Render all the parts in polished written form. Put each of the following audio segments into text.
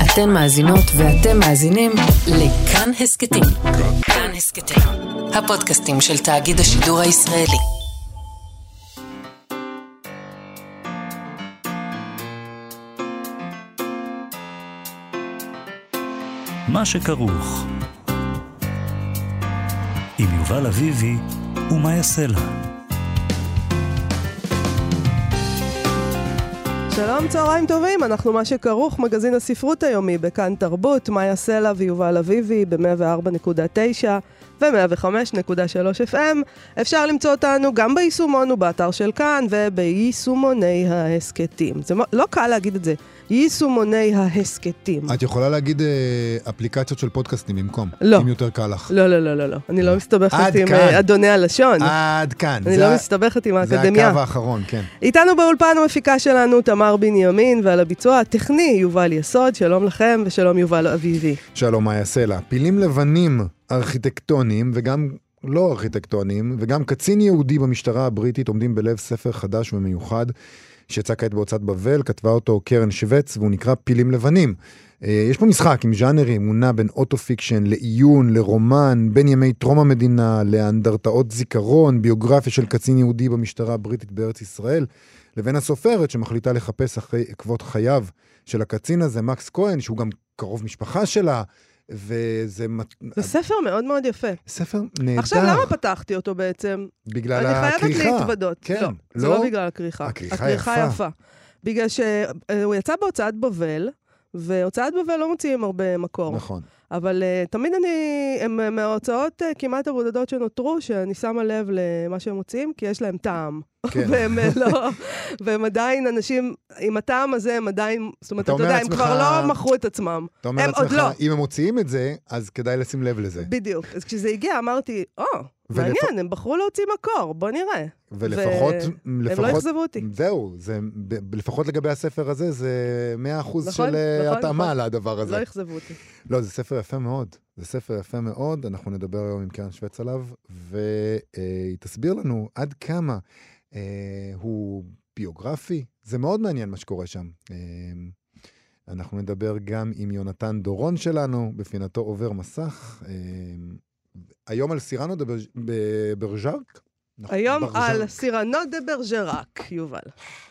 אתן מאזינות ואתם מאזינים לכאן הסקטים. כאן הסקטים, הפודקאסטים של תאגיד השידור הישראלי. מה שכרוך עם יובל אביבי ומה יעשה לה. שלום, צהריים טובים, אנחנו מה שכרוך, מגזין הספרות היומי בכאן תרבות, מה יעשה לה ויובל אביבי ב-104.9 ו-105.3 FM. אפשר למצוא אותנו גם ביישומון ובאתר של כאן וביישומוני ההסקטים. זה לא קל להגיד את זה, יישומוני ההסקטים. את יכולה להגיד אפליקציות של פודקאסטים במקום? לא. אם יותר קל לך. לא. אני לא מסתבכת עם אדוני הלשון. עד כאן. אני לא מסתבכת עם האקדמיה. זה הקו האחרון, כן. איתנו באולפן המפיקה שלנו תמר בנימין, ועל הביצוע הטכני יובל יסוד. שלום לכם ושלום יובל אביבי. שלום, מה יעשה לה? פילים לבנים ארכיטקטוניים וגם לא ארכיטקטוניים, וגם קצין יהודי במשטרה הבריטית עומדים בלב ספר חדש ומיוחד, שיצא כעת בהוצאת בבל, כתבה אותו קרן שווץ, והוא נקרא פילים לבנים. יש פה משחק עם ז'אנרים, הוא נע בין אוטו-פיקשן לעיון, לרומן, בין ימי טרום המדינה, לאנדרטאות זיכרון, ביוגרפיה של קצין יהודי במשטרה הבריטית בארץ ישראל, לבין הסופרת שמחליטה לחפש אחרי עקבות חייו של הקצין הזה, מקס כהן, שהוא גם קרוב משפחה שלה, וזה... זה ספר מאוד מאוד יפה. ספר נהדר. עכשיו, למה פתחתי אותו בעצם? בגלל הכריכה. אני חייבת להתוודות. כן. לא, זה לא בגלל הכריכה. הכריכה יפה. בגלל שהוא יצא בהוצאת בבל, והוצאת בבל לא מוציאים הרבה מקור. נכון. אבל תמיד הם מההוצאות כמעט הבודדות שנותרו, שאני שמה לב למה שהם מוציאים, כי יש להם טעם. כן. והם עדיין אנשים, עם הטעם הזה הם עדיין, זאת אומרת, אתה יודע, הם כבר לא מכרו את עצמם. אתה אומר לעצמך, אם הם מוציאים את זה, אז כדאי לשים לב לזה. בדיוק. אז כשזה הגיע, אמרתי, מעניין, הם בחרו להוציא מקור, בוא נראה. ולפחות... הם לא יחזבו אותי. זהו, לפחות לגבי הספר הזה, זה 100% של התאמה לדבר הזה. לא יחזבו אותי. לא, זה ספר יפה מאוד. זה ספר יפה מאוד, אנחנו נדבר היום עם קרן שווץ עליו, והיא תסביר לנו עד כמה הוא ביוגרפי. זה מאוד מעניין מה שקורה שם. אנחנו נדבר גם עם יונתן דורון שלנו, בפינתו עובר מסך. היום על סירנו דה ברג'רק? היום על סירנו דה ברג'רק, יובל.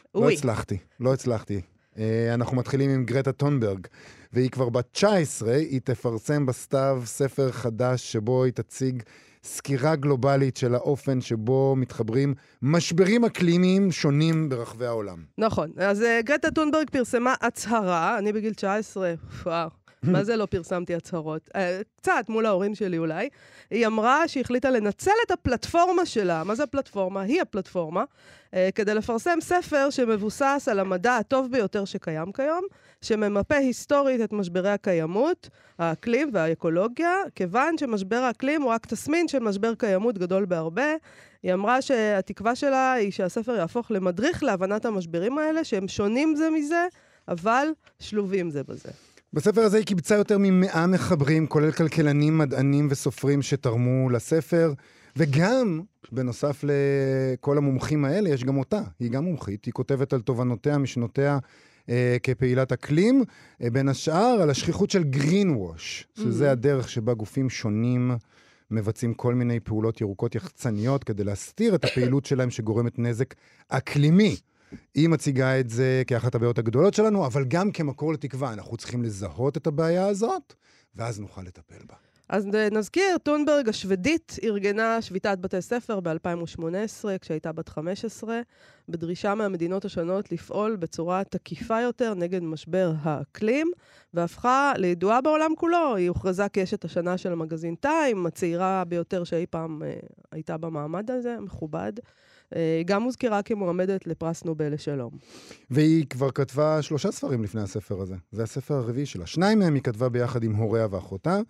לא הצלחתי. אנחנו מתחילים עם גרטה טונברג, והיא כבר בת 19, היא תפרסם בסתיו ספר חדש שבו היא תציג סקירה גלובלית של האופן שבו מתחברים משברים אקלימיים שונים ברחבי העולם. נכון, אז גרטה טונברג פרסמה הצהרה, אני בגיל 19, וואו. מה זה לא פרסמתי הצהרות? קצת, מול ההורים שלי אולי. היא אמרה שהיא החליטה לנצל את הפלטפורמה שלה. מה זה הפלטפורמה? היא הפלטפורמה. כדי לפרסם ספר שמבוסס על המדע הטוב ביותר שקיים כיום, שממפה היסטורית את משברי הקיימות, האקלים והאקולוגיה, כיוון שמשבר האקלים הוא רק תסמין של משבר קיימות גדול בהרבה. היא אמרה שהתקווה שלה היא שהספר יהפוך למדריך להבנת המשברים האלה, שהם שונים זה מזה, אבל שלובים זה בזה. בספר הזה היא קיבצה יותר מ100 מחברים, כולל כלכלנים, מדענים וסופרים שתרמו לספר, וגם, בנוסף לכל המומחים האלה, יש גם אותה. היא גם מומחית, היא כותבת על תובנותיה, משנותיה כפעילת אקלים, בין השאר על השכיחות של greenwash, שזה הדרך שבה גופים שונים מבצעים כל מיני פעולות ירוקות יחצניות, כדי להסתיר את הפעילות שלהם שגורמת נזק אקלימי. היא מציגה את זה כאחת הבעיות הגדולות שלנו, אבל גם כמקור לתקווה. אנחנו צריכים לזהות את הבעיה הזאת, ואז נוכל לטפל בה. אז נזכיר, טונברג השוודית ארגנה שביתת בתי ספר ב-2018, כשהייתה בת 15, בדרישה מהמדינות השונות לפעול בצורה תקיפה יותר נגד משבר האקלים, והפכה לידועה בעולם כולו. היא הוכרזה כאשת השנה של המגזין טיים, הצעירה ביותר שאי פעם הייתה במעמד הזה, מכובד. היא גם מוזכרה כמועמדת לפרס נובל לשלום. והיא כבר כתבה 3 ספרים לפני הספר הזה. זה הספר הרביעי שלה. 2 מהם היא כתבה ביחד עם הוריה ואחותה.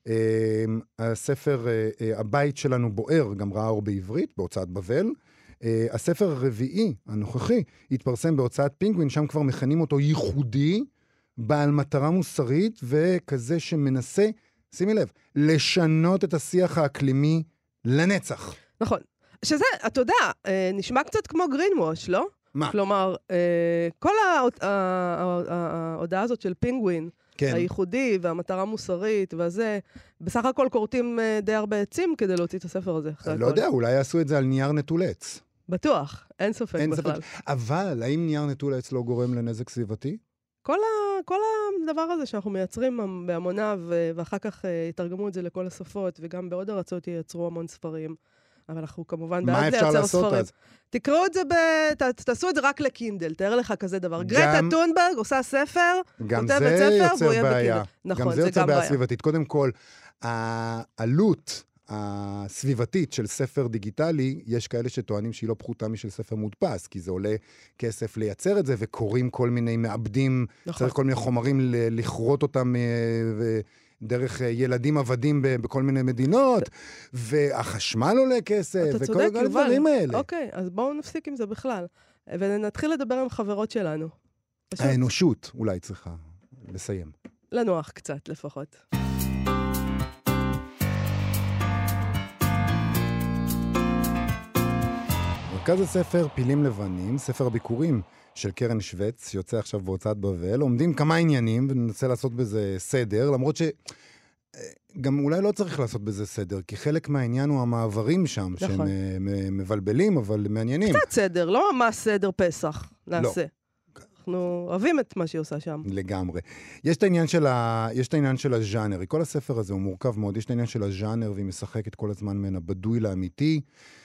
הספר הבית שלנו בוער גם ראה אור בעברית, בהוצאת בבל. הספר הרביעי, הנוכחי, התפרסם בהוצאת פינגווין, שם כבר מכנים אותו ייחודי, בעל מטרה מוסרית, וכזה שמנסה, שימי לב, לשנות את השיח האקלימי לנצח. נכון. שזה, אתה יודע, נשמע קצת כמו greenwash, לא? מה? כלומר, כל ההודעה הזאת של פינגווין, כן. הייחודי והמטרה מוסרית וזה, בסך הכל קורטים די הרבה עצים כדי להוציא את הספר הזה. לא יודע, אולי יעשו את זה על נייר נטול עץ. בטוח, אין ספק בכלל. אבל האם נייר נטול עץ לא גורם לנזק סביבתי? כל הדבר הזה שאנחנו מייצרים בהמוניו, ואחר כך יתרגמו את זה לכל השפות, וגם בעוד ארצות ייצרו המון ספרים. אבל אנחנו כמובן בעד לייצר ספרים. מה אפשר לעשות אז? תקראו את זה, תעשו את זה רק לקינדל, תאר לך כזה דבר. גרטה טונברג עושה ספר, כותב את ספר, והוא יהיה בקינדל. נכון, גם זה יוצר בעיה סביבתית. קודם כל, העלות הסביבתית של ספר דיגיטלי, יש כאלה שטוענים שהיא לא פחותה משל ספר מודפס, כי זה עולה כסף לייצר את זה, וקוראים כל מיני מעבדים, צריך כל מיני חומרים לכרות אותם דרך ילדים עבדים בכל מיני מדינות, והחשמל עולה כסף, וכל הדברים האלה. אוקיי, אז בואו נפסיק עם זה בכלל, ונתחיל לדבר עם חברות שלנו. האנושות אולי צריכה לסיים. לנוח קצת לפחות. מרכז הספר פילים לבנים, ספר הביקורים של קרן שווץ, שיוצא עכשיו בהוצאת בבל, עומדים כמה עניינים, וננסה לעשות בזה סדר, למרות שגם אולי לא צריך לעשות בזה סדר, כי חלק מהעניין הוא המעברים שם, נכון. שהם מבלבלים, אבל מעניינים. קצת סדר, לא ממש סדר פסח, נעשה. לא. אנחנו אוהבים את מה שהיא עושה שם. לגמרי. יש את העניין של הז'אנר, כל הספר הזה הוא מורכב מאוד, יש את העניין של הז'אנר, והיא משחקת כל הזמן מן הבדוי לאמיתי,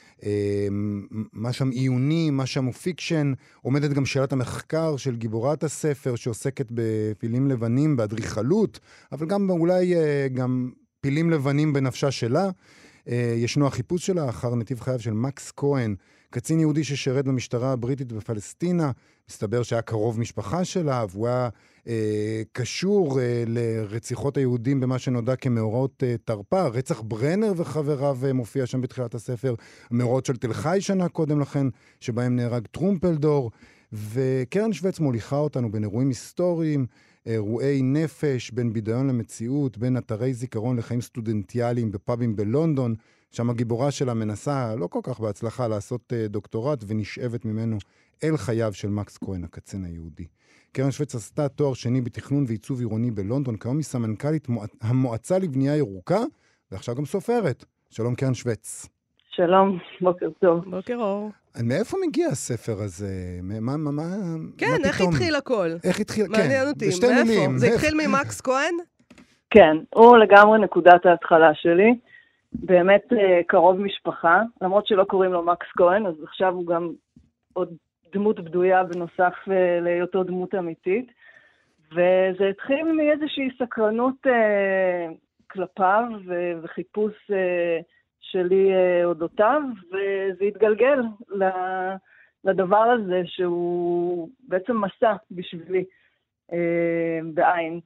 מה שם עיוני, מה שם הוא פיקשן, עומדת גם שאלת המחקר של גיבורת הספר שעוסקת בפילים לבנים, באדריכלות, אבל גם אולי גם פילים לבנים בנפשה שלה. ישנו החיפוש שלה אחר נתיב חייו של מקס כהן, קצין יהודי ששירת במשטרה הבריטית בפלסטינה, מסתבר שהיה קרוב משפחה שלה, והוא היה קשור לרציחות היהודים במה שנודע כמאורעות תרפ"א, רצח ברנר וחבריו מופיע שם בתחילת הספר, מאורעות של תל חי שנה קודם לכן, שבהם נהרג טרומפלדור, וקרן שווץ מוליכה אותנו בין אירועים היסטוריים, אירועי נפש, בין בידיון למציאות, בין אתרי זיכרון לחיים סטודנטיאליים בפאבים בלונדון, שם הגיבורה שלה מנסה, לא כל כך בהצלחה, לעשות דוקטורט ונשאבת ממנו אל חייו של מקס כהן, הקצין היהודי. קרן שווץ עשתה תואר שני בתכנון ועיצוב עירוני בלונדון, כיום היא סמנכ"לית המועצה לבנייה ירוקה, ועכשיו גם סופרת. שלום קרן שווץ. שלום, בוקר טוב. בוקר אור. מאיפה מגיע הספר הזה? כן, איך התחיל הכל? איך התחיל? מעניין אותי, מאיפה? זה התחיל ממקס כהן? כן, הוא לגמרי נקודת ההתחלה שלי. באמת קרוב משפחה, למרות שלא קוראים לו מקס כהן, אז עכשיו הוא גם עוד דמות בדויה בנוסף להיותו דמות אמיתית. וזה התחיל מאיזושהי סקרנות כלפיו וחיפוש שלי אודותיו, וזה התגלגל לדבר הזה שהוא בעצם מסע בשבילי בעין.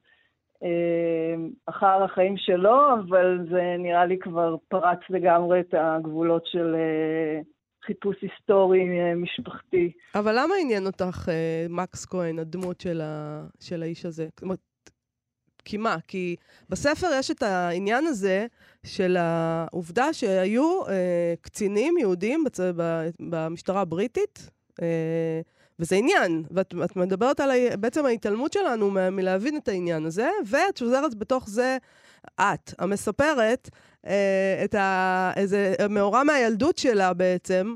אחר החיים שלו, אבל זה נראה לי כבר פרץ לגמרי את הגבולות של חיפוש היסטורי משפחתי. אבל למה עניין אותך מקס כהן, הדמות של האיש הזה? כי מה? כי בספר יש את העניין הזה של העובדה שהיו קצינים יהודים במשטרה הבריטית, וזה עניין, ואת מדברת על בעצם ההתעלמות שלנו מלהבין את העניין הזה, ואת שוזרת בתוך זה, את, המספרת, איזה מאורע מהילדות שלה בעצם,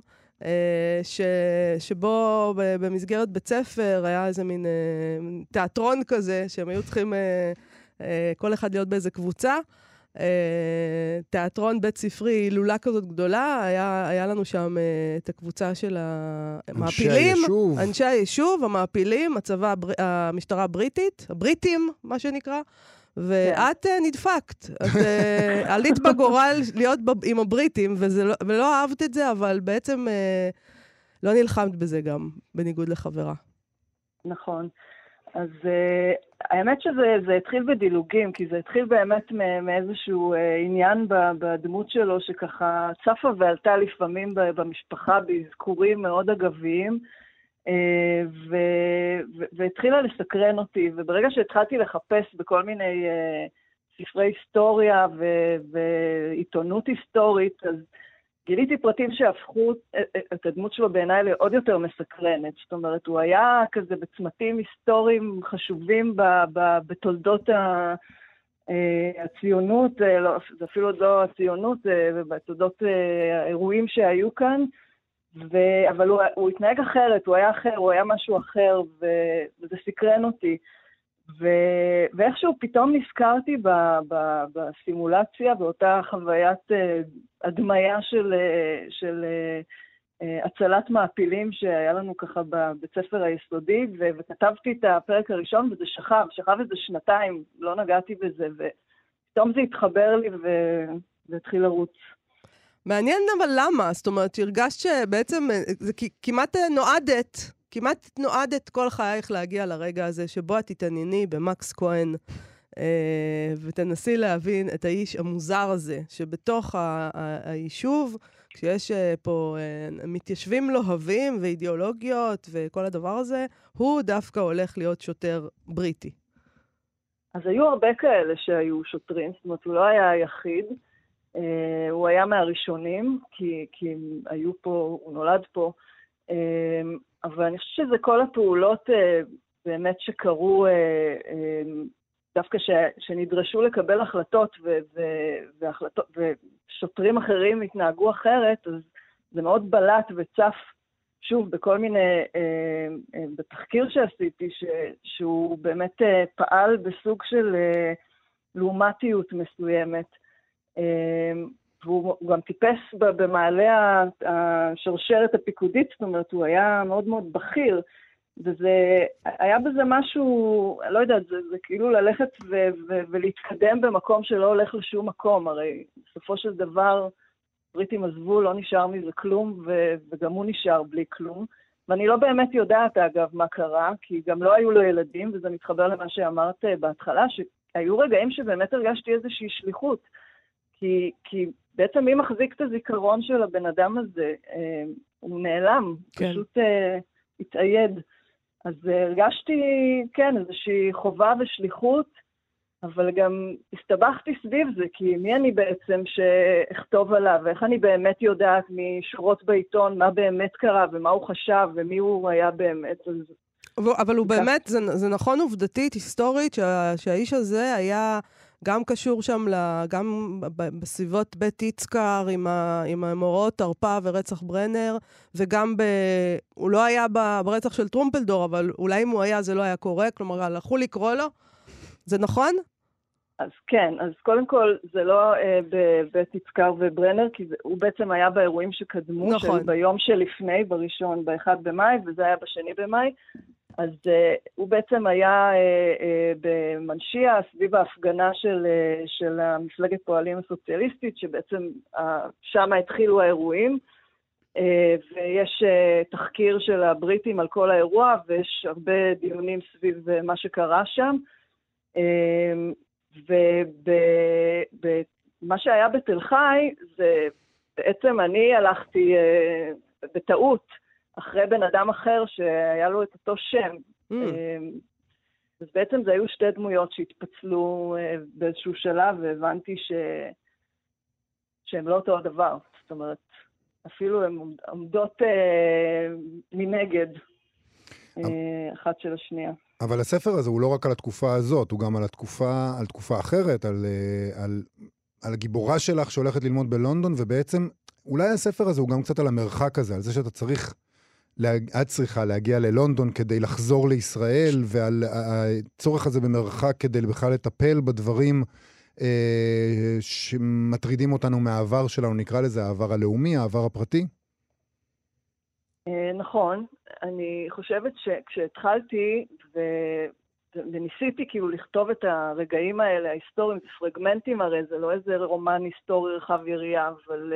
שבו במסגרת בית ספר היה איזה מין תיאטרון כזה, שהם היו צריכים כל אחד להיות באיזה קבוצה, תיאטרון בית ספרי, הילולה כזאת גדולה, היה לנו שם את הקבוצה של המעפילים, אנשי היישוב, המעפילים, המשטרה הבריטית, הבריטים, מה שנקרא, ואת נדפקת, את עלית בגורל להיות עם הבריטים, ולא אהבת את זה, אבל בעצם לא נלחמת בזה גם, בניגוד לחברה. נכון. אז האמת שזה התחיל בדילוגים, כי זה התחיל באמת מאיזשהו עניין בדמות שלו, שככה צפה ועלתה לפעמים במשפחה באזכורים מאוד אגביים, והתחילה לסקרן אותי, וברגע שהתחלתי לחפש בכל מיני ספרי היסטוריה ועיתונות היסטורית, אז גיליתי פרטים שהפכו את הדמות שלו בעיניי לעוד יותר מסקרנת. זאת אומרת, הוא היה כזה בצמתים היסטוריים חשובים בתולדות הציונות, זה אפילו עוד לא הציונות, ובתולדות האירועים שהיו כאן, אבל הוא התנהג אחרת, הוא היה אחר, הוא היה משהו אחר, וזה סקרן אותי. ואיכשהו פתאום נזכרתי בסימולציה, באותה חוויית הדמיה של הצלת מעפילים שהיה לנו ככה בבית ספר היסודי, וכתבתי את הפרק הראשון, וזה שכב איזה שנתיים, לא נגעתי בזה, ופתאום זה התחבר לי והתחיל לרוץ. מעניין אבל למה? זאת אומרת, שהרגשת שבעצם זה כמעט נועדת כל חייך להגיע לרגע הזה, שבו את תתענייני במקס כהן, ותנסי להבין את האיש המוזר הזה, שבתוך היישוב, כשיש פה מתיישבים לוהבים ואידיאולוגיות וכל הדבר הזה, הוא דווקא הולך להיות שוטר בריטי. אז היו הרבה כאלה שהיו שוטרים, זאת אומרת, הוא לא היה היחיד, הוא היה מהראשונים, כי היו פה, הוא נולד פה, אבל אני חושבת שזה כל הפעולות באמת שקרו, דווקא שנדרשו לקבל החלטות, ושוטרים אחרים התנהגו אחרת, אז זה מאוד בלט וצף, שוב, בכל מיני, בתחקיר שעשיתי, שהוא באמת פעל בסוג של לעומתיות מסוימת, והוא גם טיפס במעלה השרשרת הפיקודית, זאת אומרת, הוא היה מאוד מאוד בכיר, וזה, היה בזה משהו, לא יודעת, זה כאילו ללכת ולהתקדם במקום שלא הולך לשום מקום, הרי בסופו של דבר, בריטים עזבו, לא נשאר מזה כלום, וגם הוא נשאר בלי כלום, ואני לא באמת יודעת, אגב, מה קרה, כי גם לא היו לו ילדים, וזה מתחבר למה שאמרת בהתחלה, שהיו רגעים שבאמת הרגשתי איזושהי שליחות, כי בעצם מי מחזיק את הזיכרון של הבן אדם הזה, הוא נעלם, כן. פשוט התאייד. אז הרגשתי, כן, איזושהי חובה ושליחות, אבל גם הסתבכתי סביב זה, כי מי אני בעצם שאכתוב עליו, ואיך אני באמת יודעת משורות בעיתון מה באמת קרה, ומה הוא חשב, ומי הוא היה באמת. אבל הוא באמת, זה נכון עובדתית, היסטורית, שהאיש הזה היה גם קשור שם, גם בסביבות בית יצקר, עם המאורעות תרפ"א ורצח ברנר, וגם הוא לא היה ברצח של טרומפלדור, אבל אולי אם הוא היה, זה לא היה קורה, כלומר, הלכו לקרוא לו. זה נכון? אז כן, אז קודם כל, זה לא בבית יצקר וברנר, כי הוא בעצם היה באירועים שקדמו, נכון. ביום שלפני, בראשון, ב-1 במאי, וזה היה ב-2 במאי, אז הוא בעצם היה במנשיה, סביב ההפגנה של המפלגת פועלים הסוציאליסטית, שבעצם שם התחילו האירועים, ויש תחקיר של הבריטים על כל האירוע, ויש הרבה דיונים סביב מה שקרה שם, ומה שהיה בתל חי, זה בעצם אני הלכתי בטעות, אחרי בן אדם אחר שהיה לו את אותו שם. אז בעצם זה היו שתי דמויות שהתפצלו באיזשהו שלב, והבנתי שהן לא אותו הדבר. זאת אומרת, אפילו הן עומדות מנגד אחת של השנייה. אבל הספר הזה הוא לא רק על התקופה הזאת, הוא גם על תקופה אחרת, על הגיבורה שלך שהולכת ללמוד בלונדון, ובעצם אולי הספר הזה הוא גם קצת על המרחק הזה, על זה שאתה את צריכה להגיע ללונדון כדי לחזור לישראל, ועל הצורך הזה במרחק כדי בכלל לטפל בדברים שמטרידים אותנו מהעבר שלנו, נקרא לזה העבר הלאומי, העבר הפרטי. נכון, אני חושבת שכשהתחלתי וניסיתי כאילו לכתוב את הרגעים האלה, ההיסטוריים, זה פרגמנטים הרי, זה לא איזה רומן היסטורי רחב יריעה, אבל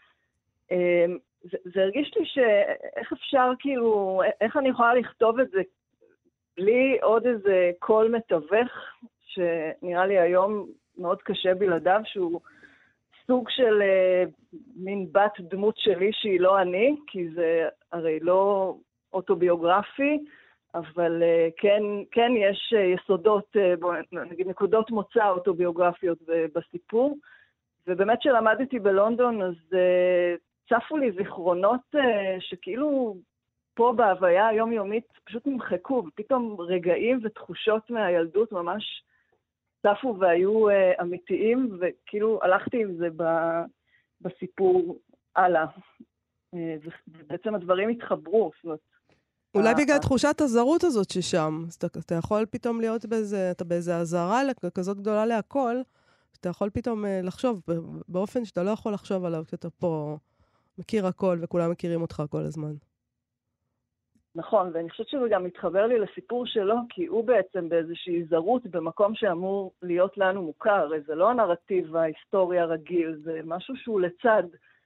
זה הרגיש לי שאיך אפשר כאילו, איך אני יכולה לכתוב את זה בלי עוד איזה קול מתווך, שנראה לי היום מאוד קשה בלעדיו, שהוא סוג של מין בת דמות שלי שהיא לא אני, כי זה הרי לא אוטוביוגרפי, אבל כן יש יסודות, נגיד נקודות מוצא אוטוביוגרפיות בסיפור, ובאמת שלמדתי בלונדון, אז צפו לי זיכרונות שכאילו פה בהוויה היומיומית פשוט נמחקו, ופתאום רגעים ותחושות מהילדות ממש צפו והיו אמיתיים, וכאילו הלכתי עם זה בסיפור הלאה. ובעצם הדברים התחברו, זאת אומרת, אולי בגלל תחושת הזרות הזאת ששם, אז אתה יכול פתאום להיות באיזה הזרה כזאת גדולה להכל, אתה יכול פתאום לחשוב באופן שאתה לא יכול לחשוב עליו, כשאתה פה מכיר הכל וכולם מכירים אותך כל הזמן. נכון, ואני חושבת שזה גם מתחבר לי לסיפור שלו, כי הוא בעצם באיזושהי זרות במקום שאמור להיות לנו מוכר, הרי זה לא הנרטיב ההיסטורי הרגיל, זה משהו שהוא לצד.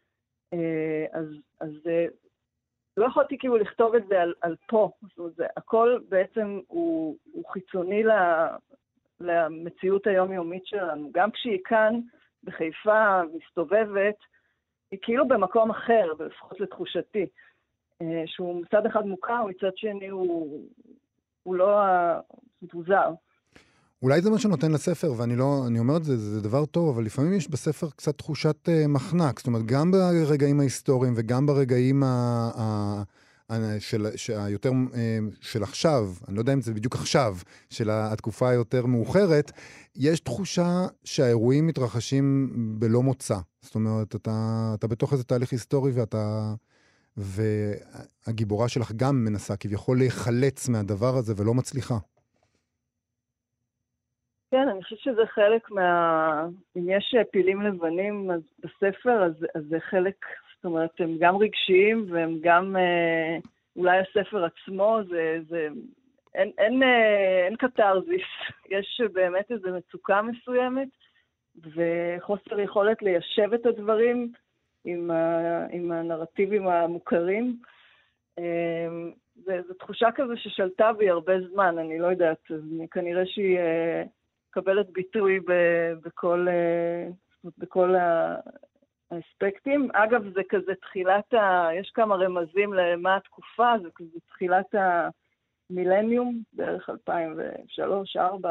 אז לא יכולתי כאילו לכתוב את זה על פה, זאת אומרת, הכל בעצם הוא חיצוני למציאות היומיומית שלנו. גם כשהיא כאן, בחיפה, מסתובבת, היא כאילו במקום אחר, לפחות לתחושתי, שהוא מצד אחד מוכר, מצד שני הוא לא מוזר. אולי זה מה שנותן לספר, ואני אומר את זה, זה דבר טוב, אבל לפעמים יש בספר קצת תחושת מחנק, זאת אומרת, גם ברגעים ההיסטוריים וגם ברגעים היותר של עכשיו, אני לא יודע אם זה בדיוק עכשיו, של התקופה היותר מאוחרת, יש תחושה שהאירועים מתרחשים בלא מוצא. זאת אומרת, אתה בתוך איזה תהליך היסטורי והגיבורה שלך גם מנסה כביכול להיחלץ מהדבר הזה ולא מצליחה. כן, אני חושבת שזה חלק אם יש פילים לבנים בספר, אז זה חלק, זאת אומרת, הם גם רגשיים, והם גם, אולי הספר עצמו, אין קטרזיס. יש באמת איזו מצוקה מסוימת, וחוסר יכולת ליישב את הדברים עם הנרטיבים המוכרים. זו תחושה כזו ששלטה בי הרבה זמן, אני לא יודעת, כנראה שהיא קבלת ביטוי בכל האספקטים. אגב, זה כזה יש כמה רמזים למה התקופה, זה כזה תחילת המילניום, בערך 2003-2004.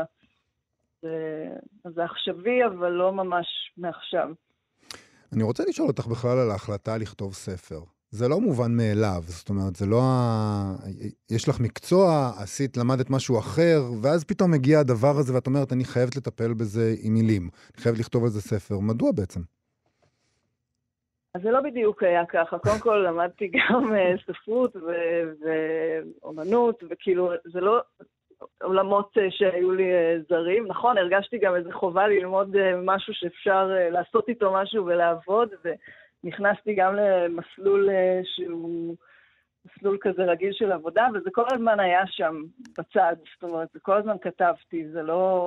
אז זה עכשווי, אבל לא ממש מעכשיו. אני רוצה לשאול אותך בכלל על ההחלטה לכתוב ספר. זה לא מובן מאליו, זאת אומרת, זה לא יש לך מקצוע, למדת משהו אחר, ואז פתאום מגיע הדבר הזה, ואת אומרת, אני חייבת לטפל בזה עם מילים, אני חייבת לכתוב על זה ספר. מדוע בעצם? אז זה לא בדיוק היה ככה. קודם כל למדתי גם ספרות ואומנות, וכאילו, זה לא עולמות שהיו לי זרים. נכון, הרגשתי גם איזו חובה ללמוד משהו שאפשר לעשות איתו משהו ולעבוד, נכנסתי גם למסלול שהוא מסלול כזה רגיל של עבודה, וזה כל הזמן היה שם בצד, זאת אומרת, זה כל הזמן כתבתי, זה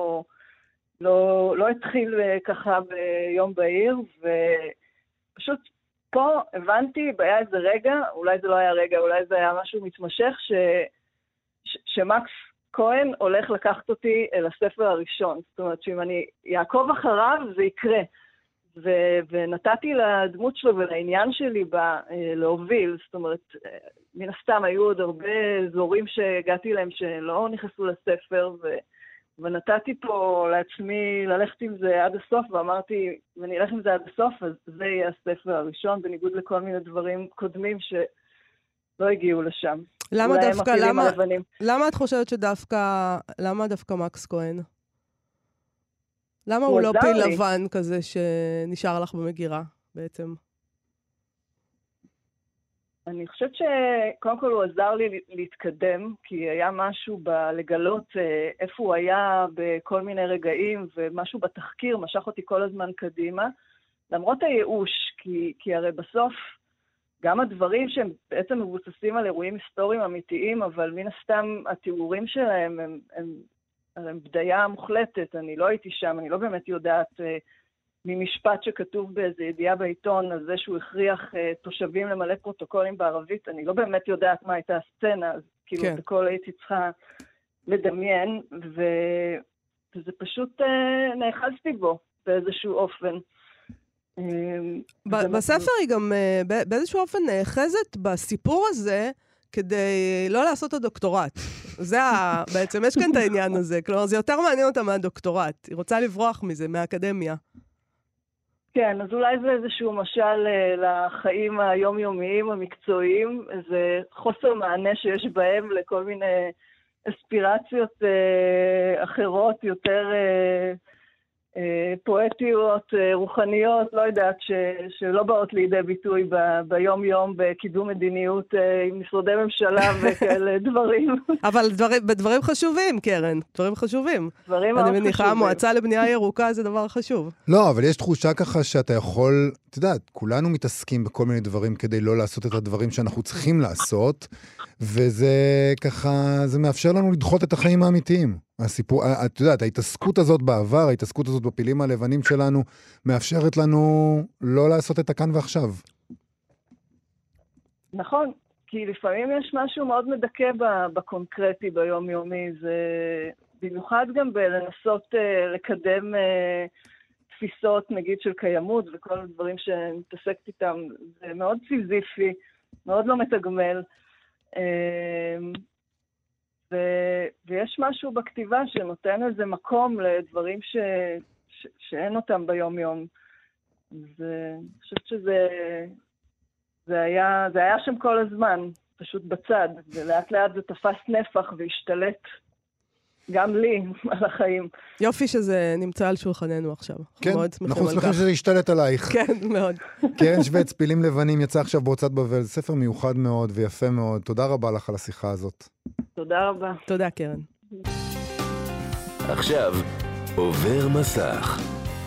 לא התחיל ככה ביום בהיר, ופשוט פה הבנתי, היה איזה רגע, אולי זה לא היה רגע, אולי זה היה משהו מתמשך, שמקס כהן הולך לקחת אותי אל הספר הראשון, זאת אומרת, שאם אני יעקוב אחריו, זה יקרה. ונתתי לדמות שלו ולעניין שלי להוביל, זאת אומרת, מן הסתם היו עוד הרבה אזורים שהגעתי להם שלא נכנסו לספר, ונתתי פה לעצמי ללכת עם זה עד הסוף, ואמרתי, ואני אלך עם זה עד הסוף, אז זה יהיה הספר הראשון, בניגוד לכל מיני דברים קודמים שלא הגיעו לשם. למה את חושבת למה דווקא מקס כהן? למה הוא לא פיל לבן כזה שנשאר לך במגירה בעצם? אני חושבת שקודם כל הוא עזר לי להתקדם, כי היה משהו לגלות איפה הוא היה בכל מיני רגעים, ומשהו בתחקיר משך אותי כל הזמן קדימה, למרות הייאוש, כי הרי בסוף גם הדברים שהם בעצם מבוססים על אירועים היסטוריים אמיתיים, אבל מן הסתם התיאורים שלהם הם בדיה מוחלטת, אני לא הייתי שם, אני לא באמת יודעת ממשפט שכתוב באיזו ידיעה בעיתון, על זה שהוא הכריח תושבים למלא פרוטוקולים בערבית, אני לא באמת יודעת מה הייתה הסצנה, אז כאילו את הכל הייתי צריכה לדמיין, וזה פשוט נאחזתי בו באיזשהו אופן. בספר היא גם באיזשהו אופן נאחזת בסיפור הזה, כדי לא לעשות את הדוקטורט. בעצם יש כאן את העניין הזה. כלומר, זה יותר מעניין אותה מהדוקטורט. היא רוצה לברוח מזה, מהאקדמיה. כן, אז אולי זה איזשהו משל לחיים היומיומיים, המקצועיים, איזה חוסר מענה שיש בהם לכל מיני אספירציות אחרות, יותר פואטיות, רוחניות, לא יודעת, שלא באות לידי ביטוי ביום-יום בקידום מדיניות עם משרדי ממשלה וכאלה דברים. אבל בדברים חשובים, קרן, דברים חשובים. דברים מאוד אני מניחה, חשובים. המועצה לבנייה ירוקה זה דבר חשוב. לא, אבל יש תחושה ככה שאתה יכול, אתה יודעת, כולנו מתעסקים בכל מיני דברים כדי לא לעשות את הדברים שאנחנו צריכים לעשות, וזה ככה, זה מאפשר לנו לדחות את החיים האמיתיים. הסיפור, את יודעת, ההתעסקות הזאת בעבר, ההתעסקות הזאת בפילים הלבנים שלנו, מאפשרת לנו לא לעשות את הכאן ועכשיו. נכון, כי לפעמים יש משהו מאוד מדכא בקונקרטי, ביומיומי, זה במיוחד גם בלנסות לקדם תפיסות, נגיד, של קיימות וכל הדברים שמתעסקת איתם, זה מאוד סיזיפי, מאוד לא מתגמל. ויש משהו בכתיבה שנותן איזה מקום לדברים שאין אותם ביום-יום. אני חושבת שזה היה שם כל הזמן, פשוט בצד, ולאט לאט זה תפס נפח והשתלט גם לי על החיים. יופי שזה נמצא על שולחננו עכשיו. כן, אנחנו שמחים שזה ישתלט עלייך. כן, מאוד. קרן שוויץ, פילים לבנים, יצא עכשיו בהוצאת בבל, ספר מיוחד מאוד ויפה מאוד. תודה רבה לך על השיחה הזאת. תודה רבה. תודה, קרן. עכשיו, עובר מסך.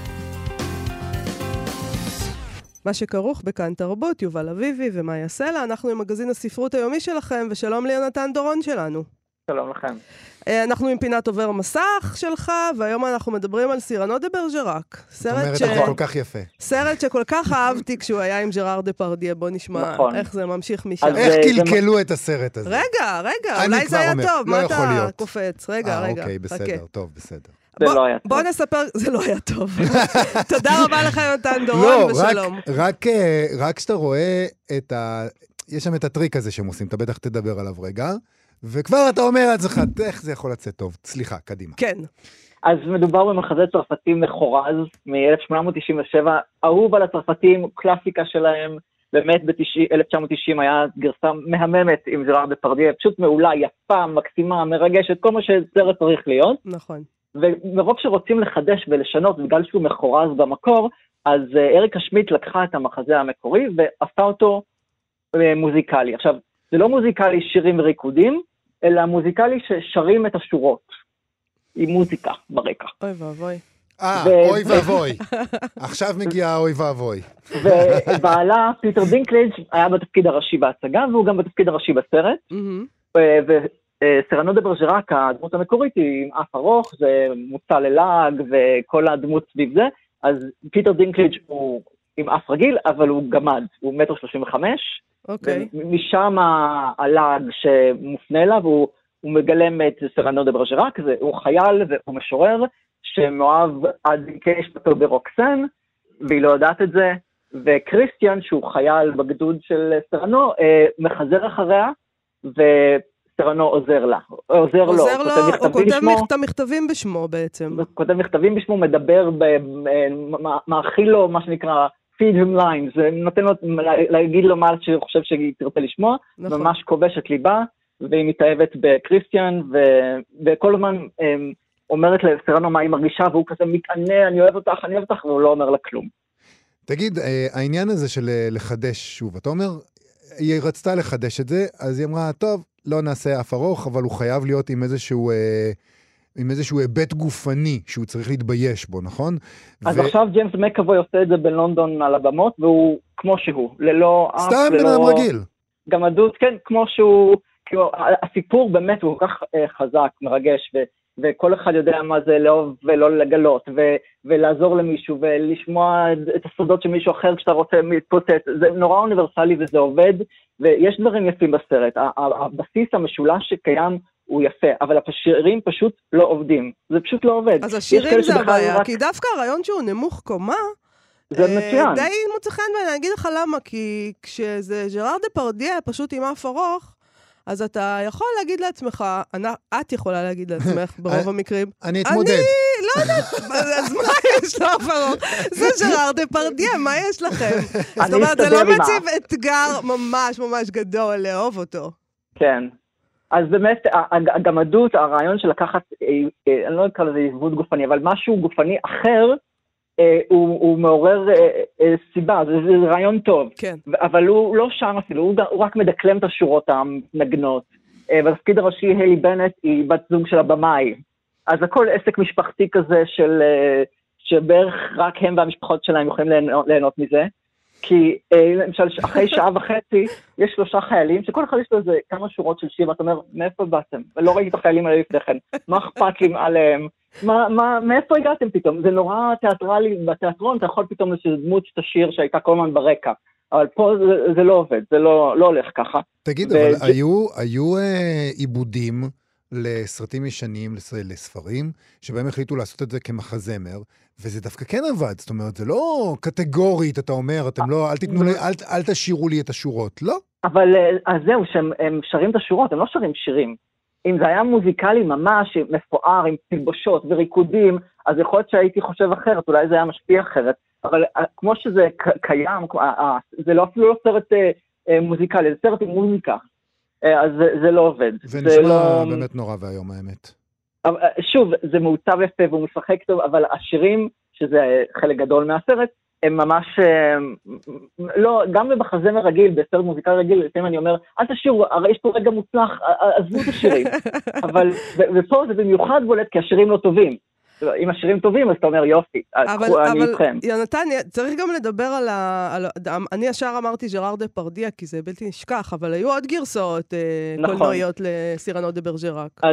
מה שכרוך בכאן תרבות, יובל אביבי ומאיה סלע, אנחנו עם מגזין הספרות היומי שלכם, ושלום ליונתן דורון שלנו. שלום לכם. אנחנו עם פינת עובר מסך שלך, והיום אנחנו מדברים על סירנו דה ברג'רק. זאת אומרת, זה כל כך יפה. סרט שכל כך אהבתי כשהוא היה עם ג'ראר דפרדיה. בוא נשמע איך זה ממשיך משם. איך קלקלו את הסרט הזה? רגע, אולי זה היה טוב. מה אתה קופץ? רגע. אוקיי, בסדר, טוב, בסדר. בוא נספר, זה לא היה טוב. תודה רבה לך יונתן דורון ושלום. רק שאתה רואה יש שם את הטריק הזה שהם עושים, אתה בטח תדבר עליו רגע. וכבר אתה אומר לעצמך, איך זה יכול לצאת טוב? סליחה, קדימה. כן. אז מדובר במחזה צרפתי מחורז מ-1897, אהוב על הצרפתים, קלאסיקה שלהם, באמת ב-1990 היה גרסה מהממת עם ג'ראר דפרדיה, פשוט מעולה, יפה, מקסימה, מרגשת, כל מה שסרט צריך להיות. נכון. ומרוב שרוצים לחדש ולשנות, בגלל שהוא מחורז במקור, אז אריקה שמיט לקחה את המחזה המקורי ועשתה אותו מוזיקלי. עכשיו, זה לא מוזיקלי שירים וריקודים, אלא מוזיקלי ששרים את השורות, עם מוזיקה ברקע. אוי ואבוי. אוי ואבוי. עכשיו מגיע אוי ואבוי. ובעלה, פיטר דינקלג' היה בתפקיד הראשי בהצגה, והוא גם בתפקיד הראשי בסרט. וסירנו דה ברג'רק, הדמות המקורית, היא עם אף ארוך, זה מוצא ללעג, וכל הדמות סביב זה. אז פיטר דינקלג' הוא עם אף רגיל, אבל הוא גמד, הוא 1.35 מטר. אוקיי. ומשם הלעג שמופנה אליו, הוא מגלם את סירנו דה ברג'רק, הוא חייל והוא משורר, שמואב עד כשפתו ברוקסן, והיא לא יודעת את זה, וקריסטיאן, שהוא חייל בגדוד של סירנו, מחזר אחריה, וסירנו עוזר לה. עוזר לו, הוא כותב מכתבים בשמו בעצם. הוא כותב מכתבים בשמו, מדבר, מאכיל לו, מה שנקרא, feed him lines, זה נותן לו, להגיד לו מה שהוא חושב שהיא תרצה לשמוע, נכון. ממש כובש את ליבה, והיא מתאהבת בקריסטיאן, וכל הזמן אומרת לסירנו מה היא מרגישה, והוא כזה מתענה, אני אוהב אותך, והוא לא אומר לה כלום. תגיד, העניין הזה של לחדש שוב, אתה אומר, היא רצתה לחדש את זה, אז היא אמרה, טוב, לא נעשה אף ארוך, אבל הוא חייב להיות עם איזשהו היבט גופני שהוא צריך להתבייש בו, נכון? אז עכשיו ג'יימס מקאבוי עושה את זה בלונדון על הבמות, והוא כמו שהוא, ללא אף, סתם בן אדם רגיל. גמדות, כן, כמו שהוא, כאילו, הסיפור באמת הוא כל כך חזק, מרגש, וכל אחד יודע מה זה לאהוב ולא לגלות, ולעזור למישהו, ולשמוע את הסודות של מישהו אחר כשאתה רוצה להתפוצץ, זה נורא אוניברסלי וזה עובד, ויש דברים יפים בסרט, הבסיס המשולש שקיים הוא יפה, אבל השירים פשוט לא עובדים, זה פשוט לא עובד. אז השירים זה הבעיה, כי דווקא הרעיון שהוא נמוך קומה, זה מצוין. די מוצא חן, ואני אגיד לך למה, כי כשזה ג'ראר דפרדיה פשוט עם אף ארוך, אז אתה יכול להגיד לעצמך, את יכולה להגיד לעצמך ברוב המקרים, אני אתמודד. לא יודעת, אז מה יש לו הפרוך? זה ז'ראר דפרדיה, מה יש לכם? זאת אומרת, זה לא מציב אתגר ממש ממש גדול לאהוב אותו. כן. אז באמת, הגמדות, הרעיון של לקחת, אני לא אקרא לזה עיוות גופני, אבל משהו גופני אחר, הוא מעורר סיבה, זה רעיון טוב. כן. אבל הוא לא שר אפילו, הוא רק מדקלם את השורות המנגנות. בתפקיד הראשי, היילי בנט, היא בת זוג של הבמאי. אז הכל עסק משפחתי כזה שבערך רק הם והמשפחות שלהם יכולים ליהנות מזה. כי למשל, אחרי שעה וחצי, יש 3 חיילים, שכל אחד יש לו איזה כמה שורות של שיר, ואתה אומר, מאיפה באתם? ולא ראיתי את החיילים האלה לפני כן. מה אכפת לי עליהם? מאיפה הגעתם פתאום? זה נורא תיאטרלי, בתיאטרון אתה יכול פתאום דמות שתשיר שהייתה כל הזמן ברקע. אבל פה זה לא עובד, זה לא הולך ככה. תגיד, אבל היו עיבודים לסרטים ישנים, לספרים, שבהם החליטו לעשות את זה כמחזמר, וזה דווקא כן עבד, זאת אומרת, זה לא קטגורית, אתה אומר, אתם לא, אל תשירו לי את השורות, לא? אבל אז זהו, שהם שרים את השורות, הם לא שרים שירים. אם זה היה מוזיקלי ממש מפואר, עם תלבושות וריקודים, אז יכול להיות שהייתי חושב אחרת, אולי זה היה משפיע אחרת, אבל כמו שזה קיים, זה לא אפילו לא סרט מוזיקלי, זה סרט עם מוזיקה, אז זה לא עובד. זה נשמע באמת נורא והיום, האמת. שוב, זה מעוצב יפה והוא משחק טוב, אבל השירים, שזה חלק גדול מהסרט, הם ממש, לא, גם במחזמר רגיל, בסרט מוזיקלי רגיל, לפעמים אני אומר, אל תשירו, הרי יש פה רגע מוצלח, עזבו את השירים. אבל, ופה זה במיוחד בולט, כי השירים לא טובים. אם השירים טובים, אז אתה אומר, יופי, אני איתכם. יונתן, צריך גם לדבר על אני ישר אמרתי ז'ראר דפרדיה, כי זה בלתי נשכח, אבל היו עוד גרסאות קולנועיות לסירנו דה ברג'ראק. אז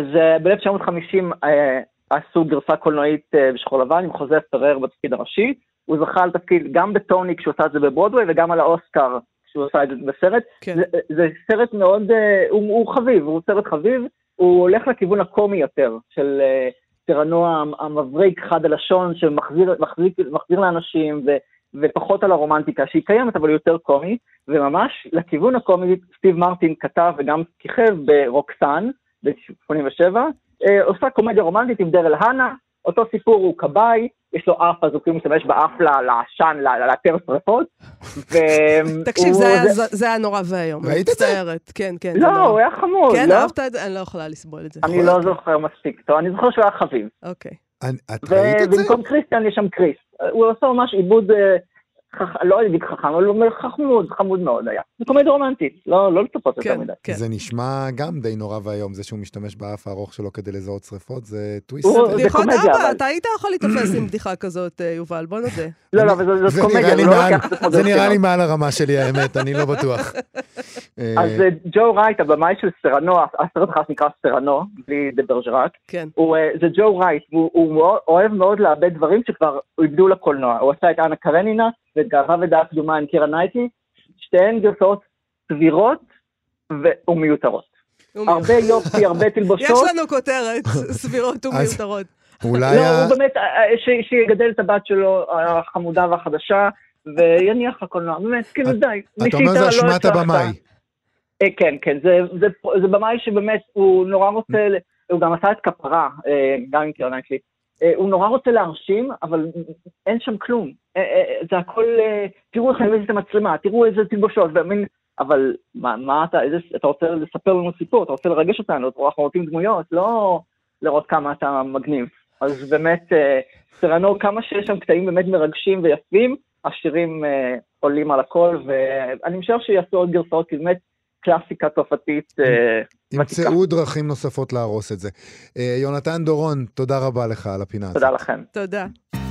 ב-1950 עשו גרסה קולנועית בשחור לבן, עם חוזה פרר בתפקיד הראשי, הוא זכה על תפקיד גם בטוני כשהוא עשה את זה בברודווי, וגם על האוסקר כשהוא עשה את זה בסרט. זה סרט מאוד, הוא חביב, הוא סרט חביב, הוא הולך לכיוון הקומי יותר, של סירנו המבריק חד הלשון, שמחזיר לאנשים, ופחות על הרומנטיקה, שהיא קיימת, אבל יותר קומי, וממש לכיוון הקומי, סטיב מרטין כתב וגם כיכב ברוקסן, ב-87, עושה קומדיה רומנטית עם דרל הנה, אותו סיפור הוא קבאי, יש לו אף, אז הוא כאילו משתמש באף לעשן, לאתר שרפות. תקשיב, זה היה נורא והיום. ראית את זה? כן, כן. לא, הוא היה חמוד. כן, אהבת את זה? אני לא יכולה לסבול את זה. אני לא זוכר מספיק טוב, אני זוכר שהוא היה חביב. אוקיי. את ראית את זה? ובמקום קריסטיאן יש שם קריס. הוא עושה ממש עיבוד, לא אגיד חכם, אבל הוא חמוד מאוד היה. זה קומדיה רומנטית, לא לצפות יותר מדי. זה נשמע גם די נורא והיום, זה שהוא משתמש באף הארוך שלו כדי לזהות שריפות, זה טוויסט. בדיחות אבא, אתה היית יכול להתאפס עם בדיחה כזאת, יובל, בוא נודה. לא, אבל זאת קומדיה, זה נראה לי מעל הרמה שלי, האמת, אני לא בטוח. אז ג'ו רייט, הבמאי של סירנו, הסרט חס נקרא סירנו, בלי דה ברג'ראק, זה ג'ו רייט, הוא אוהב מאוד לאבד דברים שכבר איבדו לקולנוע. הוא עשה את אנה קרנינה, ואת גאווה ודעה קדומה עם קירה נייטלי, שתיהן גרסאות סבירות ומיותרות. הרבה יופי, הרבה תלבושות. יש לנו כותרת, סבירות ומיותרות. לא, הוא באמת, שיגדל את הבת שלו, החמודה והחדשה, ויניח הקולנוע, באמת, כאילו די. אתה אומר זה אשמת הבמאי. כן, כן, זה במאי שבאמת, הוא נורא רוצה, הוא גם עשה את כפרה, גם עם קירה נייטלי, הוא נורא רוצה להרשים, אבל אין שם כלום. זה הכל, תראו איך אני את המצלמה, תראו איזה תלבושות, אבל מה אתה רוצה לספר לנו סיפור, אתה רוצה לרגש אותנו, אנחנו רוצים דמויות, לא לראות כמה אתה מגניב. אז באמת, סירנו, כמה שיש שם קטעים באמת מרגשים ויפים, השירים עולים על הכל, ואני משער שיעשו עוד גרסאות, כי באמת קלאסיקה תופתית ותיקה. ימצאו דרכים נוספות להרוס את זה. יונתן דורון, תודה רבה לך על הפינה הזאת. תודה לכם. תודה.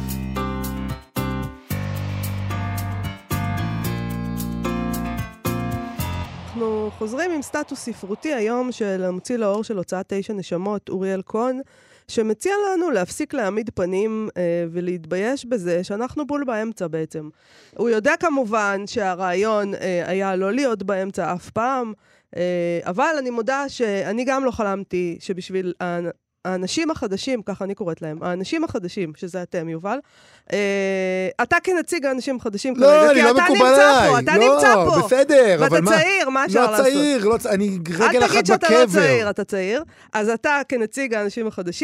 אנחנו חוזרים עם סטטוס ספרותי היום של המוציא לאור של הוצאת 9 נשמות, אוריאל קון, שמציע לנו להפסיק להעמיד פנים ולהתבייש בזה שאנחנו בול באמצע בעצם. הוא יודע כמובן שהרעיון היה לא להיות באמצע אף פעם, אבל אני מודה שאני גם לא חלמתי שבשביל האנשים החדשים, ככה אני קוראת להם, האנשים החדשים, שזה אתם, יובל, אתה כנציג האנשים החדשים לא, כרגע, אני לא מקובל עליי. אתה נמצא פה. בסדר, ואתה צעיר, מה אפשר לעשות? לא צעיר, אני רגל אחת בקבר. אל תגיד שאתה לא צעיר, אתה צעיר. אז אתה כנציג האנשים החדשים,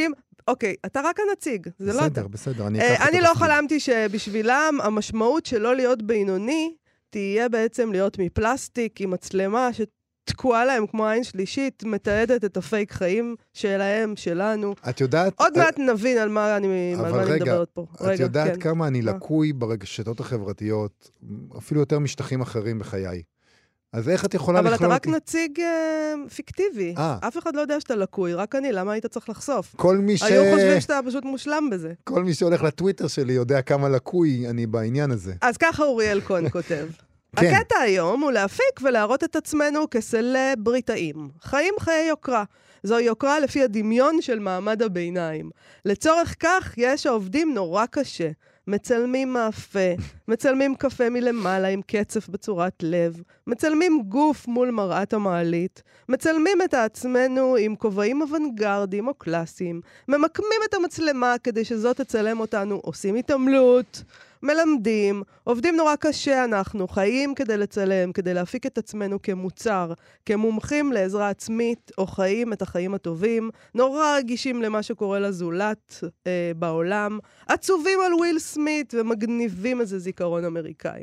אוקיי, אתה רק הנציג, זה לא אתה. בסדר, אני אקח את אני לא חלמתי שבשבילם המשמעות של לא להיות בינוני, תהיה בעצם להיות מפלסטיק עם מצלמה שתקועה להם כמו עין שלישית, מתעדת את הפייק חיים שלהם, שלנו. את יודעת... עוד מעט נבין על מה אני מדברת פה. אבל רגע, את יודעת כמה אני לקוי ברשתות החברתיות, אפילו יותר משטחים אחרים בחיי. אז איך את יכולה לכלול אותי? אבל אתה רק נציג פיקטיבי. אף אחד לא יודע שאתה לקוי, רק אני. למה היית צריך לחשוף? היו חושבים שאתה פשוט מושלם בזה. כל מי שהולך לטוויטר שלי יודע כמה לקוי אני בעניין הזה. אז ככה אוריאל קון כותב. הקטע היום הוא להפיק ולהראות את עצמנו כסלבריטאים. חיים חיי יוקרה. זו יוקרה לפי הדמיון של מעמד הביניים. לצורך כך יש העובדים נורא קשה. מצלמים מאפה, מצלמים קפה מלמעלה עם קצף בצורת לב, מצלמים גוף מול מראת המעלית, מצלמים את עצמנו עם כובעים אוונגרדים או קלאסיים, ממקמים את המצלמה כדי שזאת תצלם אותנו, עושים התעמלות, מלמדים, עובדים נורא קשה אנחנו, חיים כדי לצלם, כדי להפיק את עצמנו כמוצר, כמומחים לעזרה עצמית, או חיים את החיים הטובים, נורא רגישים למה שקורה לזולת בעולם, עצובים על וויל סמית ומגניבים איזה זיכרון אמריקאי.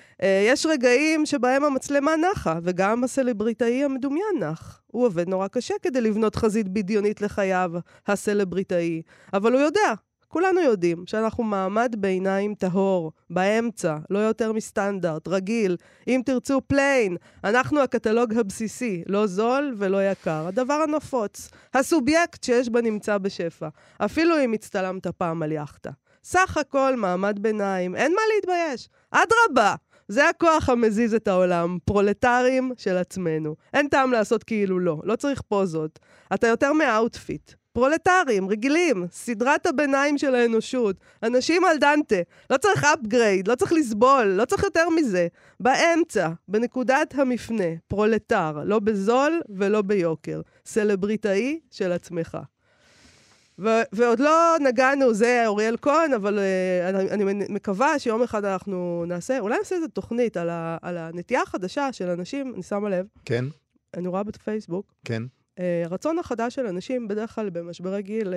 יש רגעים שבהם המצלמה נחה, וגם הסלבריטאי המדומיין נח. הוא עובד נורא קשה כדי לבנות חזית בדיונית לחייו, הסלבריטאי, אבל הוא יודע, כולנו יודעים שאנחנו מעמד ביניים טהור, באמצע, לא יותר מסטנדרט, רגיל, אם תרצו פליין, אנחנו הקטלוג הבסיסי, לא זול ולא יקר, הדבר הנפוץ, הסובייקט שיש בה נמצא בשפע, אפילו אם הצטלמת פעם על יחטה. סך הכל מעמד ביניים, אין מה להתבייש, אדרבה, זה הכוח המזיז את העולם, פרולטרים של עצמנו. אין טעם לעשות כאילו לא צריך פוזות, אתה יותר מהאוטפיט. פרולטרים, רגילים, סדרת הביניים של האנושות, אנשים על דנטה, לא צריך אפגרייד, לא צריך לסבול, לא צריך יותר מזה. באמצע, בנקודת המפנה, פרולטר, לא בזול ולא ביוקר, סלבריטאי של עצמך. ועוד לא נגענו, זה אוריאל קון, אבל אני מקווה שיום אחד אנחנו אולי נעשה איזו תוכנית על הנטייה החדשה של אנשים, אני שמה לב. כן. אני רואה בפייסבוק. כן. הרצון החדש של אנשים, בדרך כלל במשברי גיל,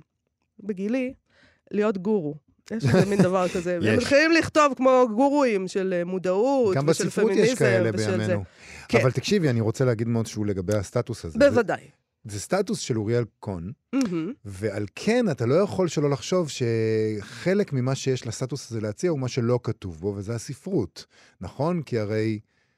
בגילי, להיות גורו. יש איזה מין דבר כזה. הם מתחילים לכתוב כמו גורואים של מודעות ושל פמיניזם. גם בספרות יש כאלה בימינו. אבל תקשיבי, אני רוצה להגיד מאוד שהוא לגבי הסטטוס הזה. בוודאי. זה סטטוס של אוריאל קון, ועל כן אתה לא יכול שלא לחשוב שחלק ממה שיש לסטטוס הזה להציע הוא מה שלא כתוב בו, וזה הספרות. נכון? כי הרי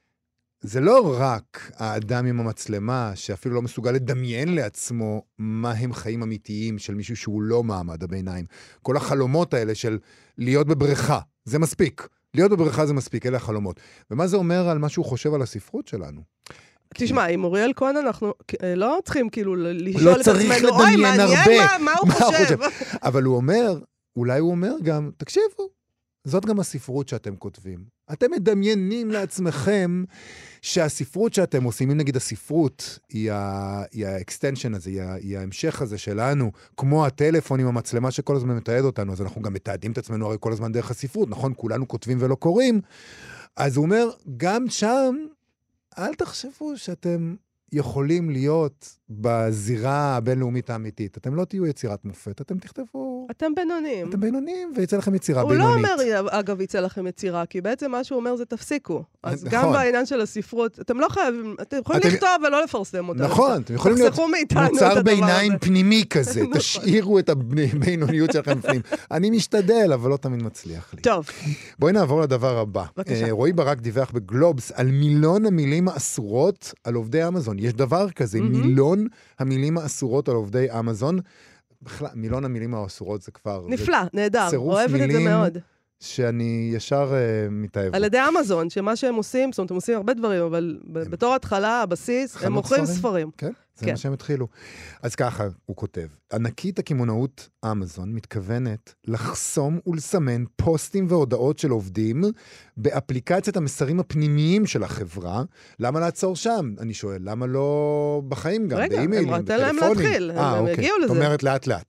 זה לא רק האדם עם המצלמה, שאפילו לא מסוגל לדמיין לעצמו מה הם חיים אמיתיים של מישהו שהוא לא מעמד הביניים. כל החלומות האלה של להיות בבריכה, זה מספיק. להיות בבריכה זה מספיק, אלה החלומות. ומה זה אומר על מה שהוא חושב על הספרות שלנו? תשמע, עם אוריאל קון אנחנו לא צריכים כאילו לשאול את עצמנו, אוי, מעניין מה הוא חושב. אבל הוא אומר, אולי הוא אומר גם, תקשיבו, זאת גם הספרות שאתם כותבים. אתם מדמיינים לעצמכם שהספרות שאתם עושים, אם נגיד הספרות היא האקסטנשן הזה, היא ההמשך הזה שלנו, כמו הטלפון עם המצלמה שכל הזמן מתעד אותנו, אז אנחנו גם מתעדים את עצמנו הרי כל הזמן דרך הספרות, נכון? כולנו כותבים ולא קוראים. אז הוא אומר, גם שם, אל תחשבו שאתם יכולים להיות בזירה הבינלאומית האמיתית. אתם לא תהיו יצירת מופת, אתם תכתבו... אתם בינונים. אתם בינונים, ויצא לכם יצירה בינונית. הוא לא אומר, אגב, יצא לכם יצירה, כי בעצם מה שהוא אומר זה תפסיקו. אז גם בעניין של הספרות, אתם לא חייבים, אתם יכולים לכתוב ולא לפרסם אותה. נכון, אתם יכולים להיות מוצר ביניים פנימי כזה. תשאירו את הבינוניות שלכם פנים. אני משתדל, אבל לא תמיד מצליח לי. טוב. בואי נעבור לדבר הבא. רועי ברק דיווח בגלובס על מילון המילים האסורות על עובדי אמזון. יש דבר כזה, מילון המילים האסורות על עובדי אמזון. בכלל, מילון המילים האסורות זה כבר... נפלא, נהדר, אוהבת את זה מאוד. שאני ישר מתאהב. על ידי אמזון, שמה שהם עושים, זאת אומרת, הם עושים הרבה דברים, אבל בתור התחלה, הבסיס, הם מוכרים ספרים. כן, זה מה שהם התחילו. אז ככה, הוא כותב, ענקית הכימונאות אמזון מתכוונת לחסום ולסמן פוסטים והודעות של עובדים באפליקציית המסרים הפנימיים של החברה. למה לעצור שם? אני שואל, למה לא בחיים גם, באימיילים, בטלפונים? רגע, הם רצה להם להתחיל, הם הגיעו לזה. זאת אומרת, לאט לאט.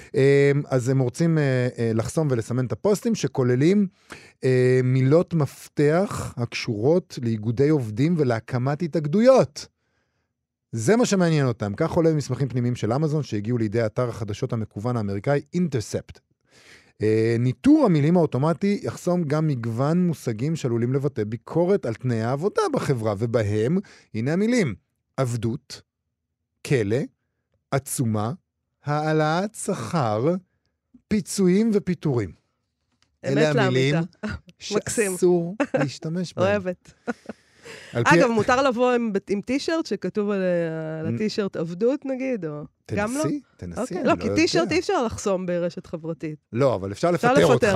אז הם רוצים לחסום ולסמן את הפוסטים שכוללים מילות מפתח הקשורות לאיגודי עובדים ולהקמת התאגדויות. זה מה שמעניין אותם. כך עולה במסמכים פנימיים של אמזון, שהגיעו לידי אתר החדשות המקוון האמריקאי, Intercept. ניטור המילים האוטומטי יחסום גם מגוון מושגים שעלולים לבטא ביקורת על תנאי העבודה בחברה, ובהם, הנה המילים, עבדות, כלא, עצומה, העלאת שכר, פיצויים ופיטורים. אלה המילים שאסור להשתמש בהם. אוהבת. אגב, מותר לבוא עם טישרט שכתוב על הטישרט עבדות נגיד, או גם לא? תנסי. לא, כי טישרט אי אפשר לחסום ברשת חברתית. לא, אבל אפשר לפטר אותך.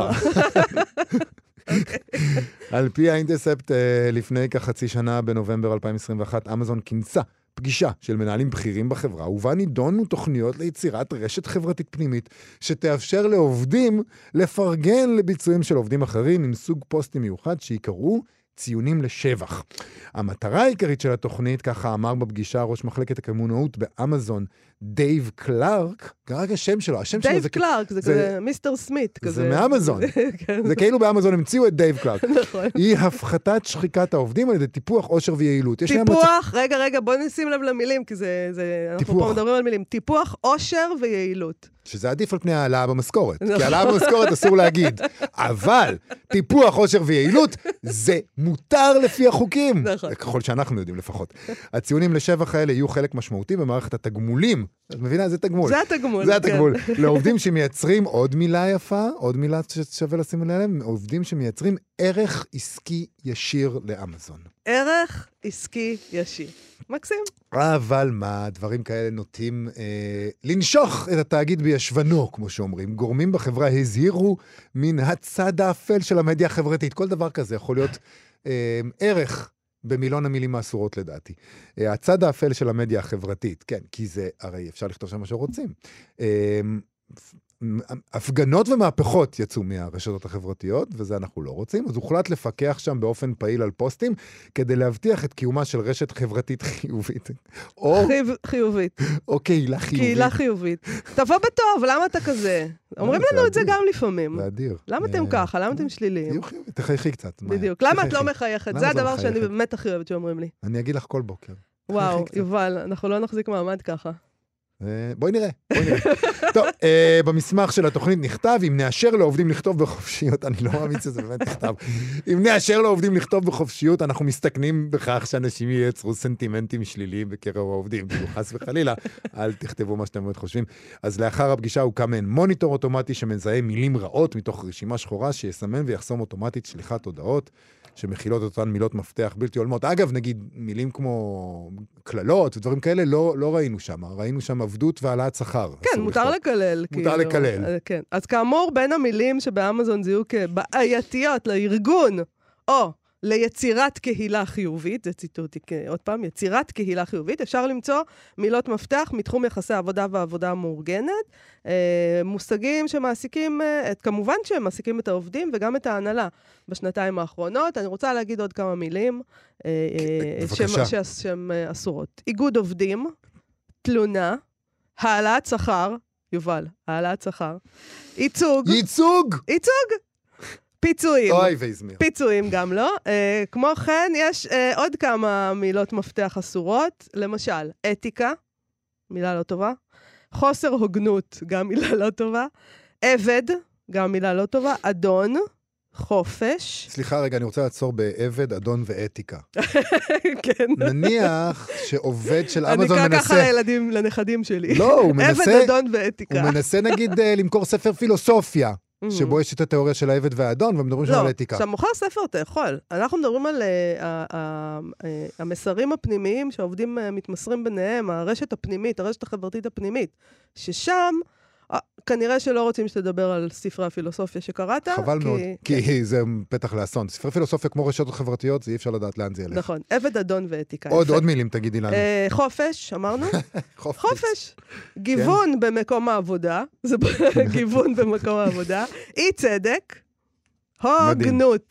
על פי האינטרספט, לפני כחצי שנה, בנובמבר 2021, אמזון כינסה פגישה של מנהלים בכירים בחברה, ובה נידונו תוכניות ליצירת רשת חברתית פנימית, שתאפשר לעובדים לפרגן לביצועים של עובדים אחרים, עם סוג פוסטים מיוחד שיקראו ציונים לשבח. המטרה העיקרית של התוכנית, ככה אמר בפגישה ראש מחלקת הקמעונאות באמזון, דייב קלארק, רק השם שלו, דייב קלארק, זה כזה מיסטר סמית. זה מאמזון. זה כאילו באמזון המציאו את דייב קלארק. היא הפחתת שחיקת העובדים על ידי טיפוח, עושר ויעילות. טיפוח, רגע, בוא נשים לב למילים, כי אנחנו פה מדברים על מילים. טיפוח, עושר ויעילות. שזה עדיף על פני העלאה במשכורת. כי העלאה במשכורת אסור להגיד. אבל טיפוח, עושר ויעילות, זה מותר לפי החוקים. ככל שאנחנו יודעים לפחות. הציונים לשבח האלה יהיו חלק משמעותי במערכת התגמולים. את מבינה? זה תגמול. זה התגמול. זה התגמול. לעובדים שמייצרים עוד מילה יפה, עוד מילה ששווה לשים עליהם, עובדים שמייצרים ערך עסקי ישיר לאמזון. ערך עסקי ישיר. מקסים. אבל מה, דברים כאלה נוטים לנשוך את התאגיד בישבנו, כמו שאומרים. גורמים בחברה הזהירו מן הצד האפל של המדיה החברתית. כל דבר כזה יכול להיות ערך במילון המילים האסורות לדעתי. הצד האפל של המדיה החברתית, כן, כי זה, הרי אפשר לכתוב שם מה שרוצים. הפגנות ומהפכות יצאו מהרשתות החברתיות, וזה אנחנו לא רוצים, אז הוחלט לפקח שם באופן פעיל על פוסטים, כדי להבטיח את קיומה של רשת חברתית חיובית. חיובית. או קהילה חיובית. קהילה חיובית. תבוא בטוב, למה אתה כזה? אומרים לנו את זה גם לפעמים. זה אדיר. למה אתם ככה? למה אתם שליליים? תהיו חיובית, תחייכי קצת. בדיוק. למה את לא מחייכת? זה הדבר שאני באמת הכי אוהבת שאומרים לי. אני אגיד לך כל בוקר. וואו, יובל, אנחנו לא נחזיק מעמד ככה. בואי נראה. טוב, במסמך של התוכנית נכתב, אם נאשר לעובדים לכתוב בחופשיות, אני לא מאמין שזה באמת נכתב, אם נאשר לעובדים לכתוב בחופשיות, אנחנו מסתכנים בכך שאנשים ייצרו סנטימנטים שליליים בקרב העובדים, חס וחלילה, אל תכתבו מה שאתם מאוד חושבים. אז לאחר הפגישה הוקם מעין מוניטור אוטומטי שמזהה מילים רעות מתוך רשימה שחורה, שיסמן ויחסום אוטומטית שליחת הודעות, שמכילות אותן מילות מפתח בלתי עולמות. אגב, נגיד, מילים כמו כללות ודברים כאלה, לא ראינו שם. ראינו שם עבדות והעלאת שכר. כן, מותר לקלל. מותר לקלל. כן. אז כאמור, בין המילים שבאמזון זיהו כבעייתיות לארגון, או ליצירת קהילה חיובית, זה ציטוטי עוד פעם, יצירת קהילה חיובית, אפשר למצוא מילות מפתח מתחום יחסי העבודה והעבודה המאורגנת, מושגים שמעסיקים, כמובן שהם מעסיקים את העובדים וגם את ההנהלה בשנתיים האחרונות. אני רוצה להגיד עוד כמה מילים שהן אסורות. איגוד עובדים, תלונה, העלאת שכר, יובל, העלאת שכר, ייצוג. פיצויים. אוי ואיזמיר. פיצויים גם לא. כמו כן, יש עוד כמה מילות מפתח אסורות. למשל, אתיקה, מילה לא טובה. חוסר הוגנות, גם מילה לא טובה. עבד, גם מילה לא טובה. אדון, חופש. סליחה רגע, אני רוצה לעצור בעבד, אדון ואתיקה. כן. נניח שעובד של אמזון מנסה... אני ככה לילדים, לנכדים שלי. לא, הוא מנסה... עבד, אדון ואתיקה. הוא מנסה נגיד למכור ספר פילוסופיה. שבו יש את התיאוריה של העבד והאדון, ומדברים שם על אתיקה. לא, כשאתה מוכר ספר אתה יכול. אנחנו מדברים על המסרים הפנימיים שהעובדים מתמסרים ביניהם, הרשת הפנימית, הרשת החברתית הפנימית, ששם כנראה שלא רוצים שתדבר על ספרי הפילוסופיה שקראת. חבל מאוד, כי זה פתח לאסון. ספרי פילוסופיה כמו רשתות חברתיות, זה אי אפשר לדעת לאן זה ילך. נכון, עבד, אדון ואתיקה. עוד מילים תגידי לנו. חופש, אמרנו? חופש. גיוון במקום העבודה, זה גיוון במקום העבודה. אי צדק, הוגנות.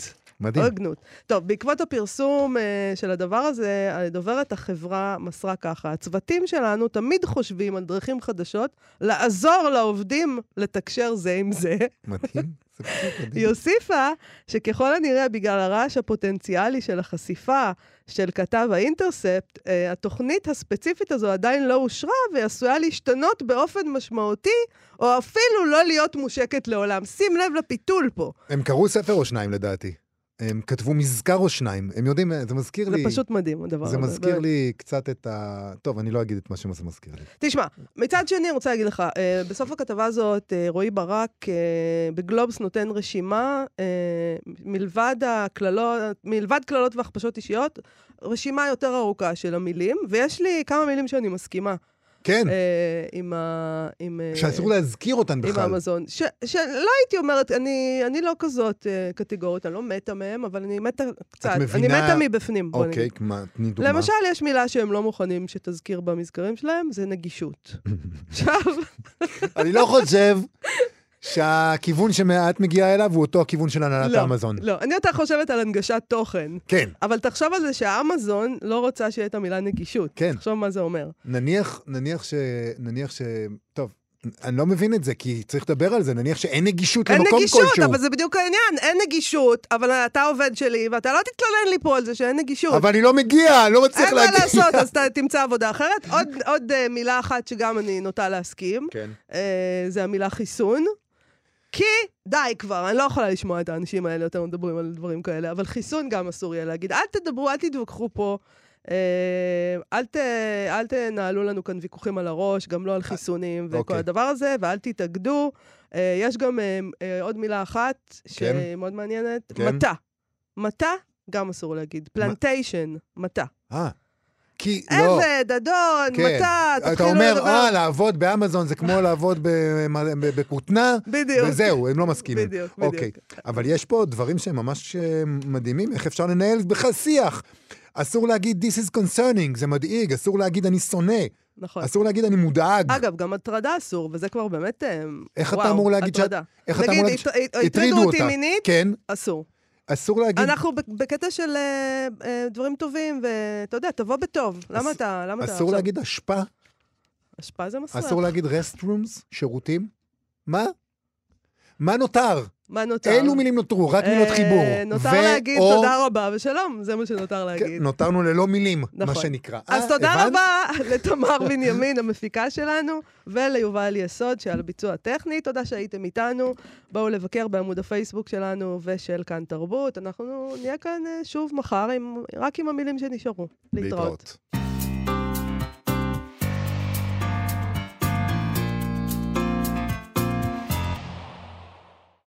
מדהים. הוגנות. טוב, בעקבות הפרסום של הדבר הזה, דוברת החברה מסרה ככה, הצוותים שלנו תמיד חושבים על דרכים חדשות, לעזור לעובדים לתקשר זה עם זה. מדהים. היא הוסיפה שככל הנראה בגלל הרעש הפוטנציאלי של החשיפה של כתב האינטרספט, התוכנית הספציפית הזו עדיין לא אושרה ועשויה להשתנות באופן משמעותי, או אפילו לא להיות מושקת לעולם. שים לב לפיתול פה. הם קראו ספר או שניים לדעתי. הם כתבו מזכר או שניים. הם יודעים, זה מזכיר לי... זה פשוט מדהים, הדבר הזה. זה מזכיר לי קצת את ה... טוב, אני לא אגיד את מה שזה מזכיר לי. תשמע, מצד שני, אני רוצה להגיד לך, בסוף הכתבה הזאת, רועי ברק בגלובס נותן רשימה, מלבד כללות והכפשות אישיות, רשימה יותר ארוכה של המילים, ויש לי כמה מילים שאני מסכימה. כן. עם שאסור להזכיר אותן בכלל. עם אמזון. שלא הייתי אומרת, אני לא כזאת קטגורית, אני לא מתה מהם, אבל אני מתה קצת. אני מתה מבפנים. אוקיי, תני דוגמה. למשל, יש מילה שהם לא מוכנים שתזכיר במזכרים שלהם, זה נגישות. עכשיו... אני לא חושב שהכיוון שאת מגיעה אליו הוא אותו הכיוון של הנהלת אמזון. לא, אני יותר חושבת על הנגשת תוכן. כן. אבל תחשוב על זה שהאמזון לא רוצה שיהיה את המילה נגישות. כן. תחשוב מה זה אומר. נניח ש... טוב, אני לא מבין את זה, כי צריך לדבר על זה. נניח שאין נגישות למקום כלשהו. אין נגישות, אבל זה בדיוק העניין. אין נגישות, אבל אתה עובד שלי, ואתה לא תתלונן לי פה על זה שאין נגישות. אבל אני לא מגיע, לא מצליח להגיע. אין מה לעשות, אז אתה תמצא עבודה אחרת. עוד מילה אחת שגם אני נוטה להסכים. כן. זה המילה חיסון. כי, די כבר, אני לא יכולה לשמוע את האנשים האלה, יותר מדברים על דברים כאלה, אבל חיסון גם אסור יהיה להגיד. אל תדברו, אל תתווכחו פה, אל תנהלו לנו כאן ויכוחים על הראש, גם לא על חיסונים וכל הדבר הזה, ואל תתאגדו. יש גם עוד מילה אחת שמאוד מעניינת, מטה. מטה גם אסור להגיד. פלנטיישן, מטה. כי לא... עבד, אדון, מטה, אתה אומר, לעבוד באמזון זה כמו לעבוד בכותנה, בדיוק. וזהו, הם לא מסכימים. בדיוק. אוקיי, אבל יש פה דברים שהם ממש מדהימים, איך אפשר לנהל בכלל שיח. אסור להגיד this is concerning, זה מדאיג, אסור להגיד אני שונא. נכון. אסור להגיד אני מודאג. אגב, גם הטרדה אסור, וזה כבר באמת... איך אתה אמור להגיד נגיד, הטרידו אותי מינית, כן. אסור. אסור להגיד... אנחנו בקטע של דברים טובים, ואתה יודע, תבוא בטוב. למה אתה... אסור להגיד השפעה? השפעה זה מסוים. אסור להגיד restrooms, שירותים? מה? מה נותר? מה נותר? אילו מילים נותרו? רק מילות חיבור. נותר להגיד תודה רבה ושלום, זה מה שנותר להגיד. נותרנו ללא מילים, מה שנקרא. אז תודה רבה לתמר בנימין, המפיקה שלנו, וליובל יסוד שעל הביצוע הטכני. תודה שהייתם איתנו. בואו לבקר בעמוד הפייסבוק שלנו ושל כאן תרבות. אנחנו נהיה כאן שוב מחר, רק עם המילים שנשארו. להתראות.